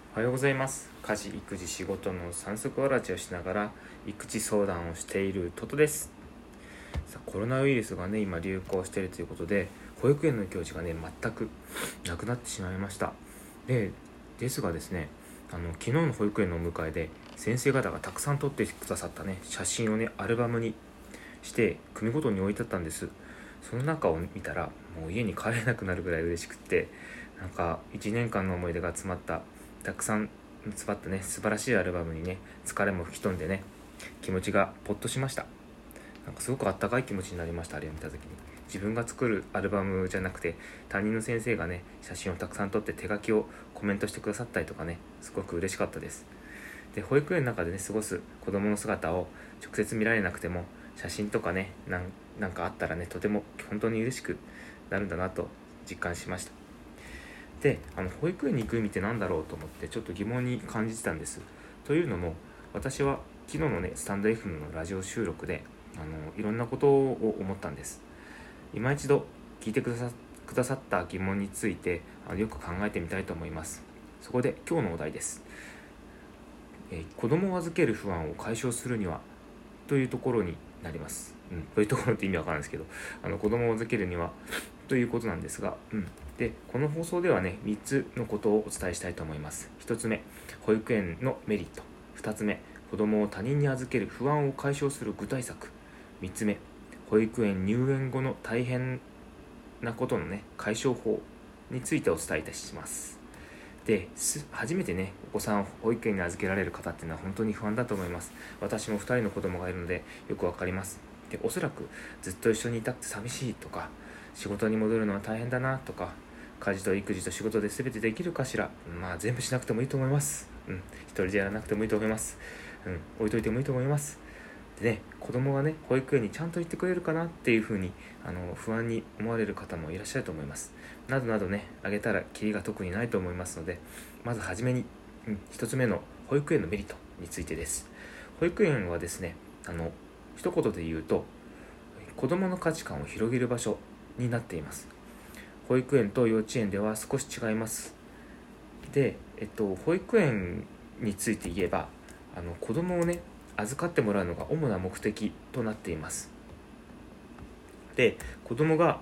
おはようございます。家事・育児・仕事の三足わらちをしながら育児相談をしているトトです。コロナウイルスがね今流行しているということで、保育園の教師がね全くなくなってしまいました。ですがですね、昨日の保育園のお迎えで先生方がたくさん撮ってくださったね写真をねアルバムにして組ごとに置いてあったんです。その中を見たらもう家に帰れなくなるぐらい嬉しくって、なんか1年間の思い出が詰まったたくさん詰まったね素晴らしいアルバムにね疲れも吹き飛んでね気持ちがポッとしました。なんかすごくあったかい気持ちになりました。あれを見た時に自分が作るアルバムじゃなくて他人の先生がね写真をたくさん撮って手書きをコメントしてくださったりとかね、すごく嬉しかったです。で保育園の中でね過ごす子供の姿を直接見られなくても写真とかねなんかあったらねとても本当に嬉しくなるんだなと実感しました。で保育園に行く意味って何だろうと思ってちょっと疑問に感じてたんです。というのも私は昨日のねスタンド FM のラジオ収録でいろんなことを思ったんです。今一度聞いてくださった疑問についてよく考えてみたいと思います。そこで今日のお題です。子供を預ける不安を解消するにはというところになります。というところって意味わからないですけど、子供を預けるにはということなんですが、でこの放送ではね3つのことをお伝えしたいと思います。1つ目、保育園のメリット。2つ目、子供を他人に預ける不安を解消する具体策。3つ目、保育園入園後の大変なことのね解消法についてお伝えいたします。で初めてねお子さんを保育園に預けられる方っていうのは本当に不安だと思います。私も2人の子供がいるのでよくわかります。でおそらくずっと一緒にいたくて寂しいとか、仕事に戻るのは大変だなとか、家事と育児と仕事で全てできるかしら、全部しなくてもいいと思います。一人でやらなくてもいいと思います。置いといてもいいと思います。でね、子供がね保育園にちゃんと行ってくれるかなっていう風に不安に思われる方もいらっしゃると思います。などなどねあげたらキリが特にないと思いますので、まずはじめに、1つ目の保育園のメリットについてです。保育園はですね一言で言うと子供の価値観を広げる場所になっています。保育園と幼稚園では少し違います。で、保育園について言えば子供をね預かってもらうのが主な目的となっています。で子供が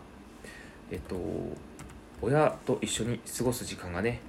親と一緒に過ごす時間がね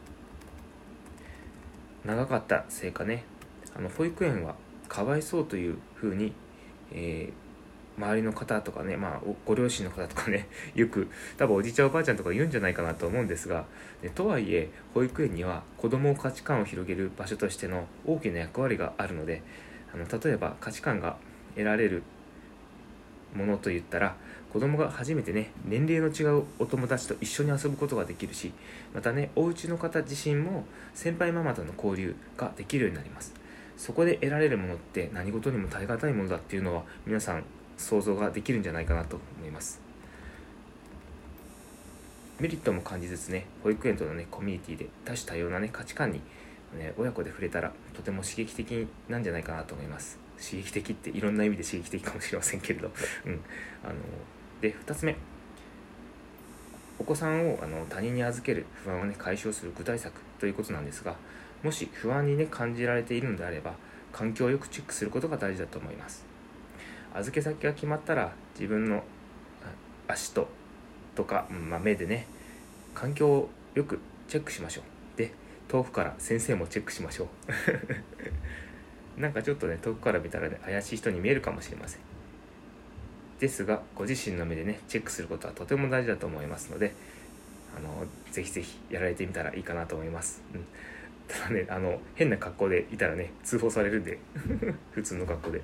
長かったせいかね、保育園はかわいそうというふうに、周りの方とかね、ご両親の方とかねよく多分おじいちゃんおばあちゃんとか言うんじゃないかなと思うんですが、とはいえ保育園には子ども価値観を広げる場所としての大きな役割があるので、例えば価値観が得られるものといったら、子供が初めてね年齢の違うお友達と一緒に遊ぶことができるし、またねお家の方自身も先輩ママとの交流ができるようになります。そこで得られるものって何事にも代え難いものだっていうのは皆さん想像ができるんじゃないかなと思います。メリットも感じつつね保育園とのねコミュニティで多種多様なね価値観に、親子で触れたらとても刺激的なんじゃないかなと思います。刺激的っていろんな意味で刺激的かもしれませんけれどで2つ目、お子さんを他人に預ける不安をね解消する具体策ということなんですが、もし不安にね感じられているのであれば環境をよくチェックすることが大事だと思います。預け先が決まったら自分の足とか、目でね環境をよくチェックしましょう。で遠くから先生もチェックしましょうなんかちょっとね遠くから見たらね怪しい人に見えるかもしれません。ですがご自身の目でねチェックすることはとても大事だと思いますので、ぜひぜひやられてみたらいいかなと思います。ただね変な格好でいたらね通報されるんで普通の格好で。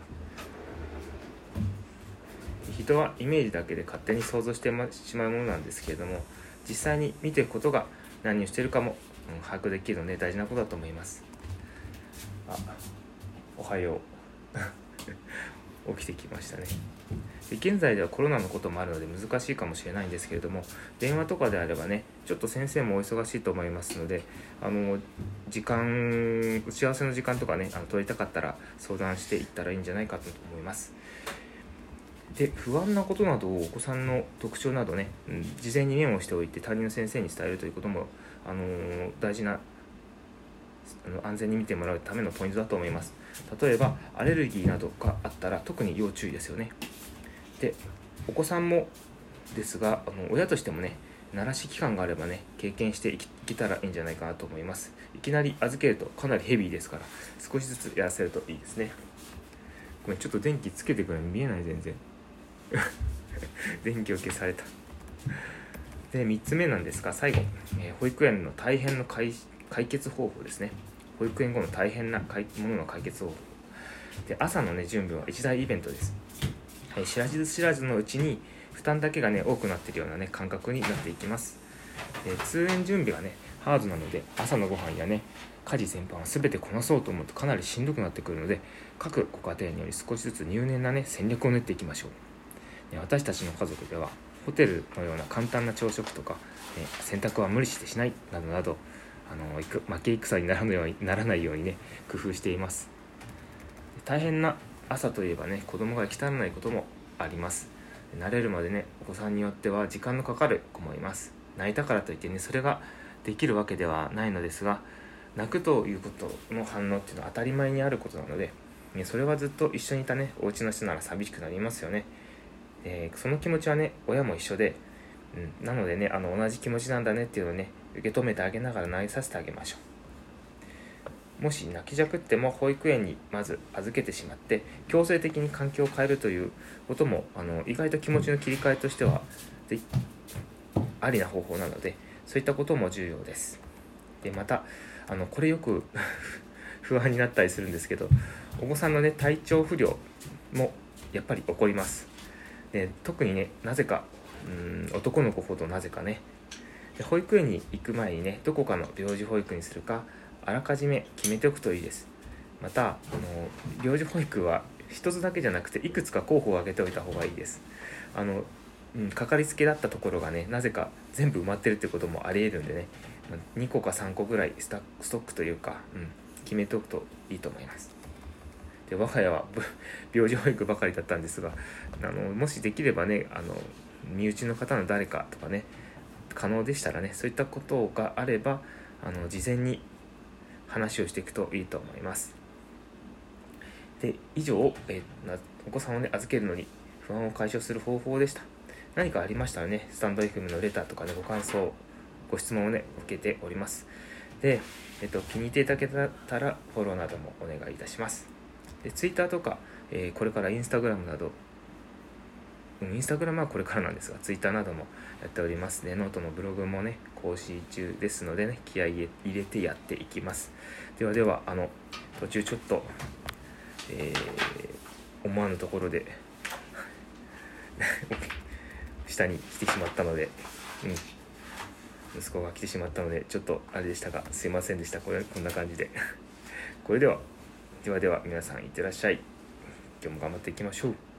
人はイメージだけで勝手に想像してしまうものなんですけれども、実際に見ていくことが何をしているかも、把握できるので大事なことだと思います。おはよう起きてきましたね。で現在ではコロナのこともあるので難しいかもしれないんですけれども、電話とかであればねちょっと先生もお忙しいと思いますので、打ち合わせの時間とかね取りたかったら相談していったらいいんじゃないかと思います。で不安なことなどをお子さんの特徴などね、事前にメモしておいて担任の先生に伝えるということも、大事な安全に見てもらうためのポイントだと思います。例えばアレルギーなどがあったら特に要注意ですよね。でお子さんもですが、親としてもね、慣らし期間があればね、経験していけたらいいんじゃないかなと思います。いきなり預けるとかなりヘビーですから、少しずつやらせるといいですね。ごめん、ちょっと電気つけてくれ、見えない、全然電気を消された。で3つ目なんですが、最後、保育園の大変の解決方法ですね。保育園後の大変なものの解決方法で、朝のね準備は一大イベントです。知らず知らずのうちに負担だけがね多くなっているようなね感覚になっていきます。通園準備がねハードなので、朝のご飯やね家事全般は全てこなそうと思うとかなりしんどくなってくるので、各ご家庭により少しずつ入念なね戦略を練っていきましょう。私たちの家族ではホテルのような簡単な朝食とか、洗濯は無理してしないなどなど、負け戦にならないようにね工夫しています。大変な朝といえばね、子供が汚らないこともあります。慣れるまでね、お子さんによっては時間のかかる子もいます。泣いたからといってね、それができるわけではないのですが、泣くということの反応っていうのは当たり前にあることなので、それはずっと一緒にいたねお家の人なら寂しくなりますよね。その気持ちはね親も一緒で、なのでね同じ気持ちなんだねっていうのをね受け止めてあげながら投げさせてあげましょう。もし泣きじゃくっても保育園にまず預けてしまって強制的に環境を変えるということも意外と気持ちの切り替えとしてはありな方法なので、そういったことも重要です。でまたこれよく不安になったりするんですけど、お子さんのね体調不良もやっぱり起こります。で特にねなぜか男の子ほどなぜかね、で保育園に行く前にねどこかの病児保育にするかあらかじめ決めておくといいです。また病児保育は一つだけじゃなくていくつか候補を挙げておいた方がいいです。かかりつけだったところがねなぜか全部埋まってるってこともありえるんでね、2個か3個ぐらいストックというか、決めておくといいと思います。で我が家は病児保育ばかりだったんですが、もしできればね身内の方の誰かとかね可能でしたらね、そういったことがあれば事前に話をしていくといいと思います。で以上、お子さんをね預けるのに不安を解消する方法でした。何かありましたらね、スタンド FM のレターとかねご感想ご質問をね受けております。で、気に入っていただけたらフォローなどもお願いいたします。で Twitter とか、これから Instagram など、インスタグラムはこれからなんですが Twitter などもやっております。でノートのブログもね更新中ですのでね、気合い入れてやっていきます。では途中ちょっと、思わぬところで下に来てしまったので、息子が来てしまったのでちょっとあれでしたが、すいませんでした。こんな感じでこれでは皆さんいってらっしゃい。今日も頑張っていきましょう。